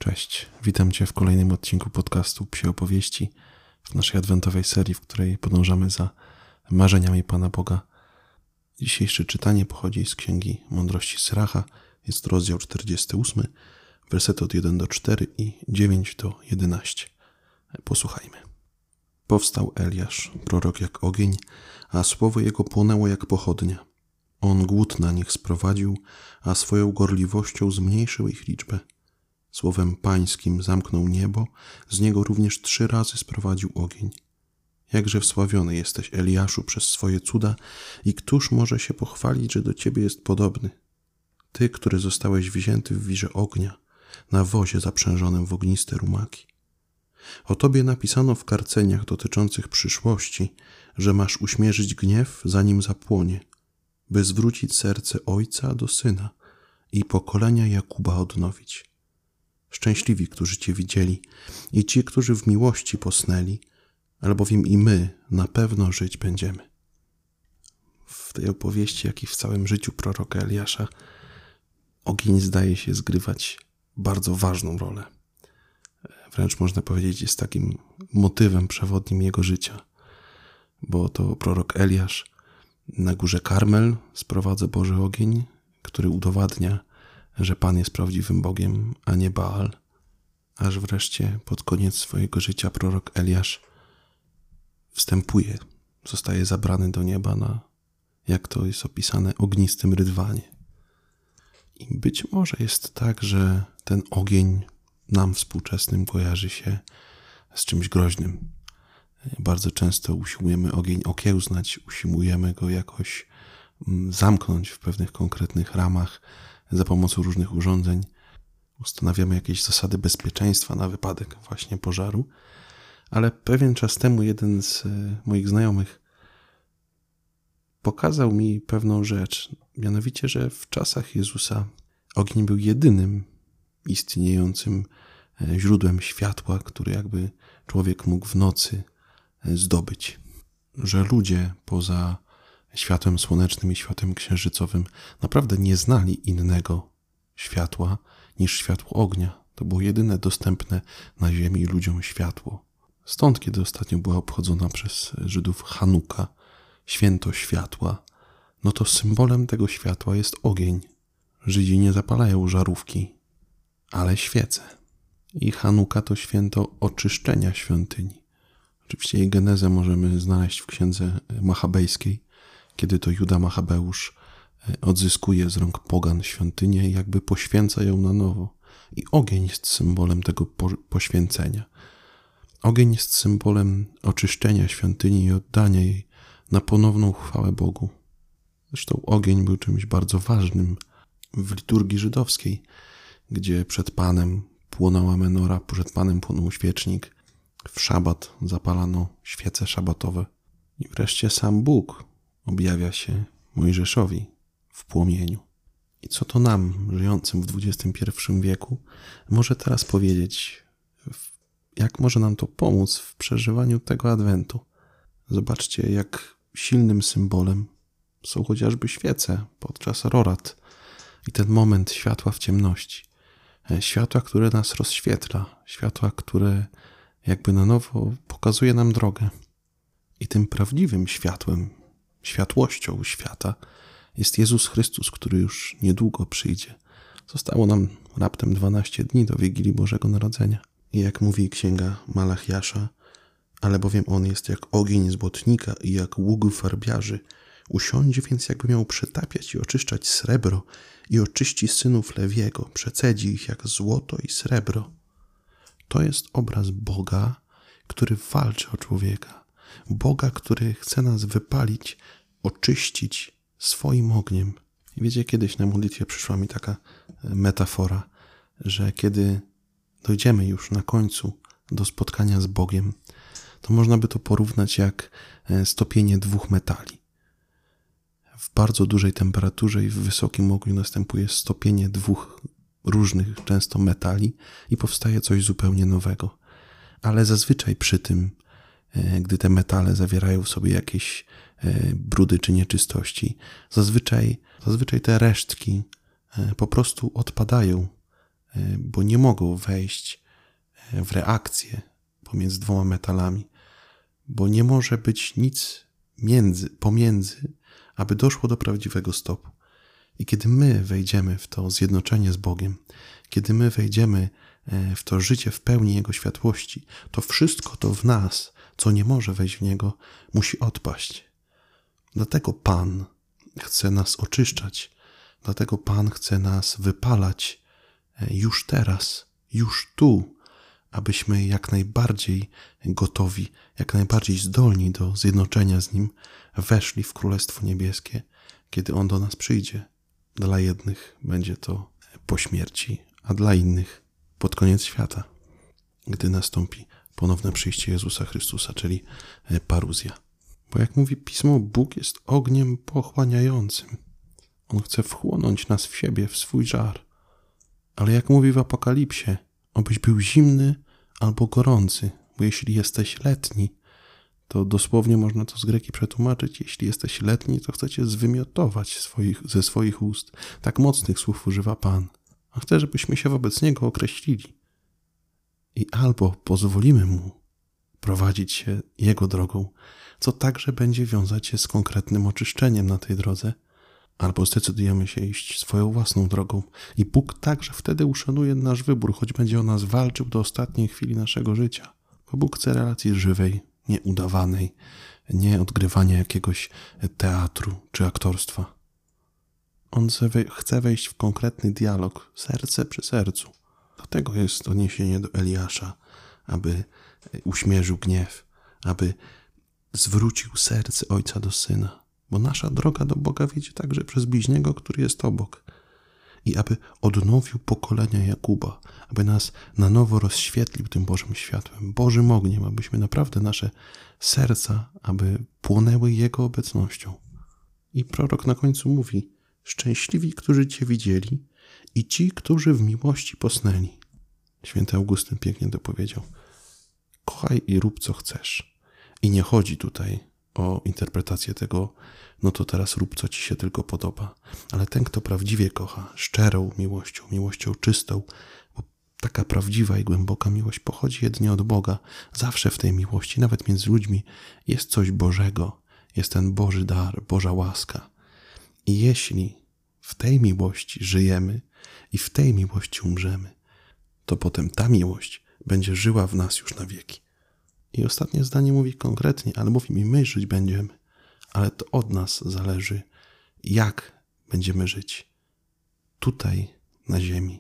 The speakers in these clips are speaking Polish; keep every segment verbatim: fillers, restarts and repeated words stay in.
Cześć, witam Cię w kolejnym odcinku podcastu Psie Opowieści w naszej adwentowej serii, w której podążamy za marzeniami Pana Boga. Dzisiejsze czytanie pochodzi z Księgi Mądrości Syracha. Jest to rozdział czterdziesty ósmy, wersety od pierwszego do czwartego i dziewiątego do jedenastego. Posłuchajmy. Powstał Eliasz, prorok jak ogień, a słowo jego płonęło jak pochodnia. On głód na nich sprowadził, a swoją gorliwością zmniejszył ich liczbę. Słowem pańskim zamknął niebo, z niego również trzy razy sprowadził ogień. Jakże wsławiony jesteś, Eliaszu, przez swoje cuda i któż może się pochwalić, że do ciebie jest podobny? Ty, który zostałeś wzięty w wirze ognia, na wozie zaprzężonym w ogniste rumaki. O tobie napisano w karceniach dotyczących przyszłości, że masz uśmierzyć gniew, zanim zapłonie, by zwrócić serce ojca do syna i pokolenia Jakuba odnowić. Szczęśliwi, którzy Cię widzieli i ci, którzy w miłości posnęli, albowiem i my na pewno żyć będziemy. W tej opowieści, jak i w całym życiu proroka Eliasza, ogień zdaje się zgrywać bardzo ważną rolę. Wręcz można powiedzieć, jest takim motywem przewodnim jego życia, bo to prorok Eliasz na górze Karmel sprowadza Boży ogień, który udowadnia, że Pan jest prawdziwym Bogiem, a nie Baal. Aż wreszcie pod koniec swojego życia prorok Eliasz wstępuje, zostaje zabrany do nieba na, jak to jest opisane, ognistym rydwanie. I być może jest tak, że ten ogień nam współczesnym kojarzy się z czymś groźnym. Bardzo często usiłujemy ogień okiełznać, usiłujemy go jakoś zamknąć w pewnych konkretnych ramach, za pomocą różnych urządzeń. Ustanawiamy jakieś zasady bezpieczeństwa na wypadek właśnie pożaru. Ale pewien czas temu jeden z moich znajomych pokazał mi pewną rzecz. Mianowicie, że w czasach Jezusa ogień był jedynym istniejącym źródłem światła, który jakby człowiek mógł w nocy zdobyć. Że ludzie poza światłem słonecznym i światłem księżycowym naprawdę nie znali innego światła niż światło ognia. To było jedyne dostępne na ziemi ludziom światło. Stąd, kiedy ostatnio była obchodzona przez Żydów Chanuka, święto światła, no to symbolem tego światła jest ogień. Żydzi nie zapalają żarówki, ale świece. I Chanuka to święto oczyszczenia świątyni. Oczywiście jej genezę możemy znaleźć w księdze machabejskiej, kiedy to Juda Machabeusz odzyskuje z rąk pogan świątynię i jakby poświęca ją na nowo. I ogień jest symbolem tego po- poświęcenia. Ogień jest symbolem oczyszczenia świątyni i oddania jej na ponowną chwałę Bogu. Zresztą ogień był czymś bardzo ważnym w liturgii żydowskiej, gdzie przed Panem płonęła menora, przed Panem płonął świecznik, w szabat zapalano świece szabatowe i wreszcie sam Bóg objawia się Mojżeszowi w płomieniu. I co to nam, żyjącym w dwudziestym pierwszym wieku, może teraz powiedzieć, jak może nam to pomóc w przeżywaniu tego Adwentu? Zobaczcie, jak silnym symbolem są chociażby świece podczas rorat i ten moment światła w ciemności. Światła, które nas rozświetla, światła, które jakby na nowo pokazuje nam drogę. I tym prawdziwym światłem, światłością świata jest Jezus Chrystus, który już niedługo przyjdzie. Zostało nam raptem dwanaście dni do Wigilii Bożego Narodzenia. I jak mówi księga Malachiasza, ale bowiem On jest jak ogień z błotnika i jak łuk farbiarzy, usiądzie więc jakby miał przetapiać i oczyszczać srebro i oczyści synów Lewiego, przecedzi ich jak złoto i srebro. To jest obraz Boga, który walczy o człowieka. Boga, który chce nas wypalić, oczyścić swoim ogniem. I wiecie, kiedyś na modlitwie przyszła mi taka metafora, że kiedy dojdziemy już na końcu do spotkania z Bogiem, to można by to porównać jak stopienie dwóch metali. W bardzo dużej temperaturze i w wysokim ogniu następuje stopienie dwóch różnych często metali i powstaje coś zupełnie nowego. Ale zazwyczaj przy tym, gdy te metale zawierają w sobie jakieś brudy czy nieczystości, zazwyczaj, zazwyczaj te resztki po prostu odpadają bo nie mogą wejść w reakcję pomiędzy dwoma metalami, bo nie może być nic między, pomiędzy, aby doszło do prawdziwego stopu. I kiedy my wejdziemy w to zjednoczenie z Bogiem, kiedy my wejdziemy w to życie w pełni Jego światłości, to wszystko to w nas, co nie może wejść w Niego, musi odpaść. Dlatego Pan chce nas oczyszczać, dlatego Pan chce nas wypalać już teraz, już tu, abyśmy jak najbardziej gotowi, jak najbardziej zdolni do zjednoczenia z Nim weszli w Królestwo Niebieskie, kiedy On do nas przyjdzie. Dla jednych będzie to po śmierci, a dla innych pod koniec świata, gdy nastąpi ponowne przyjście Jezusa Chrystusa, czyli paruzja. Bo jak mówi Pismo, Bóg jest ogniem pochłaniającym. On chce wchłonąć nas w siebie, w swój żar. Ale jak mówi w Apokalipsie, obyś był zimny albo gorący, bo jeśli jesteś letni, to dosłownie można to z greki przetłumaczyć, jeśli jesteś letni, to chcecie zwymiotować swoich, ze swoich ust. Tak mocnych słów używa Pan. A chce, żebyśmy się wobec Niego określili. I albo pozwolimy Mu prowadzić się Jego drogą, co także będzie wiązać się z konkretnym oczyszczeniem na tej drodze, albo zdecydujemy się iść swoją własną drogą i Bóg także wtedy uszanuje nasz wybór, choć będzie o nas walczył do ostatniej chwili naszego życia. Bo Bóg chce relacji żywej, nie udawanej, nie odgrywania jakiegoś teatru czy aktorstwa. On chce wejść w konkretny dialog, serce przy sercu. Dlatego jest odniesienie do Eliasza, aby uśmierzył gniew, aby zwrócił serce ojca do syna. Bo nasza droga do Boga wiedzie także przez bliźniego, który jest obok. I aby odnowił pokolenia Jakuba, aby nas na nowo rozświetlił tym Bożym światłem, Bożym ogniem, abyśmy naprawdę nasze serca, aby płonęły Jego obecnością. I prorok na końcu mówi: szczęśliwi, którzy Cię widzieli i ci, którzy w miłości posnęli. Święty Augustyn pięknie to powiedział. Kochaj i rób, co chcesz. I nie chodzi tutaj o interpretację tego, no to teraz rób, co ci się tylko podoba. Ale ten, kto prawdziwie kocha, szczerą miłością, miłością czystą, bo taka prawdziwa i głęboka miłość pochodzi jedynie od Boga. Zawsze w tej miłości, nawet między ludźmi, jest coś Bożego. Jest ten Boży dar, Boża łaska. I jeśli w tej miłości żyjemy i w tej miłości umrzemy, to potem ta miłość będzie żyła w nas już na wieki. I ostatnie zdanie mówi konkretnie, ale mówi mi, my żyć będziemy, ale to od nas zależy, jak będziemy żyć tutaj na ziemi.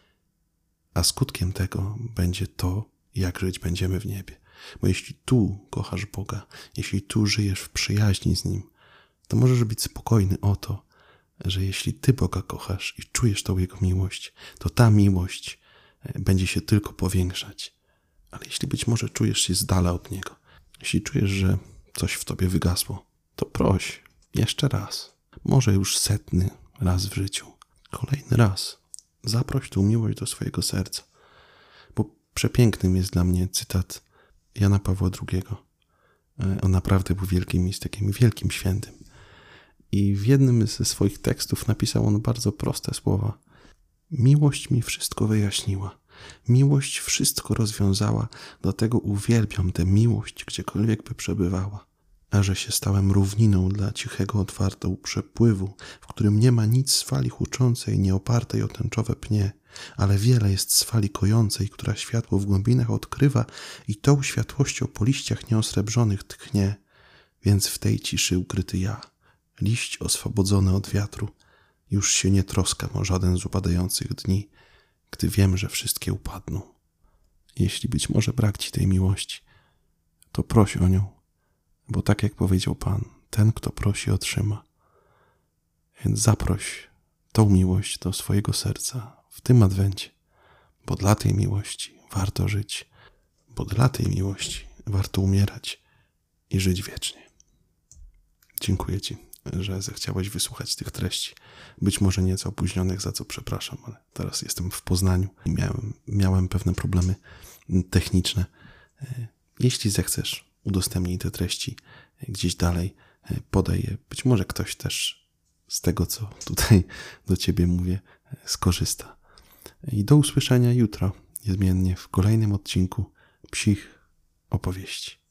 A skutkiem tego będzie to, jak żyć będziemy w niebie. Bo jeśli tu kochasz Boga, jeśli tu żyjesz w przyjaźni z Nim, to możesz być spokojny o to, że jeśli Ty Boga kochasz i czujesz tą Jego miłość, to ta miłość będzie się tylko powiększać. Ale jeśli być może czujesz się z dala od Niego, jeśli czujesz, że coś w Tobie wygasło, to proś jeszcze raz, może już setny raz w życiu, kolejny raz, zaproś tą miłość do swojego serca. Bo przepięknym jest dla mnie cytat Jana Pawła drugiego. On naprawdę był wielkim mistykiem, wielkim świętym. I w jednym ze swoich tekstów napisał on bardzo proste słowa. Miłość mi wszystko wyjaśniła. Miłość wszystko rozwiązała, dlatego uwielbiam tę miłość, gdziekolwiek by przebywała. A że się stałem równiną dla cichego, otwartego przepływu, w którym nie ma nic z fali huczącej, nie opartej o tęczowe pnie, ale wiele jest z fali kojącej, która światło w głębinach odkrywa i tą światłością po liściach nieosrebrzonych tchnie. Więc w tej ciszy ukryty ja, liść oswobodzony od wiatru, już się nie troskam o żaden z upadających dni, gdy wiem, że wszystkie upadną. Jeśli być może brak Ci tej miłości, to proś o nią, bo tak jak powiedział Pan, ten, kto prosi, otrzyma. Więc zaproś tą miłość do swojego serca w tym adwencie, bo dla tej miłości warto żyć, bo dla tej miłości warto umierać i żyć wiecznie. Dziękuję Ci, że zechciałeś wysłuchać tych treści. Być może nieco opóźnionych, za co przepraszam, ale teraz jestem w Poznaniu i miałem, miałem pewne problemy techniczne. Jeśli zechcesz, udostępnij te treści gdzieś dalej, podaj je. Być może ktoś też z tego, co tutaj do Ciebie mówię, skorzysta. i do usłyszenia jutro, niezmiennie w kolejnym odcinku Psich Opowieści.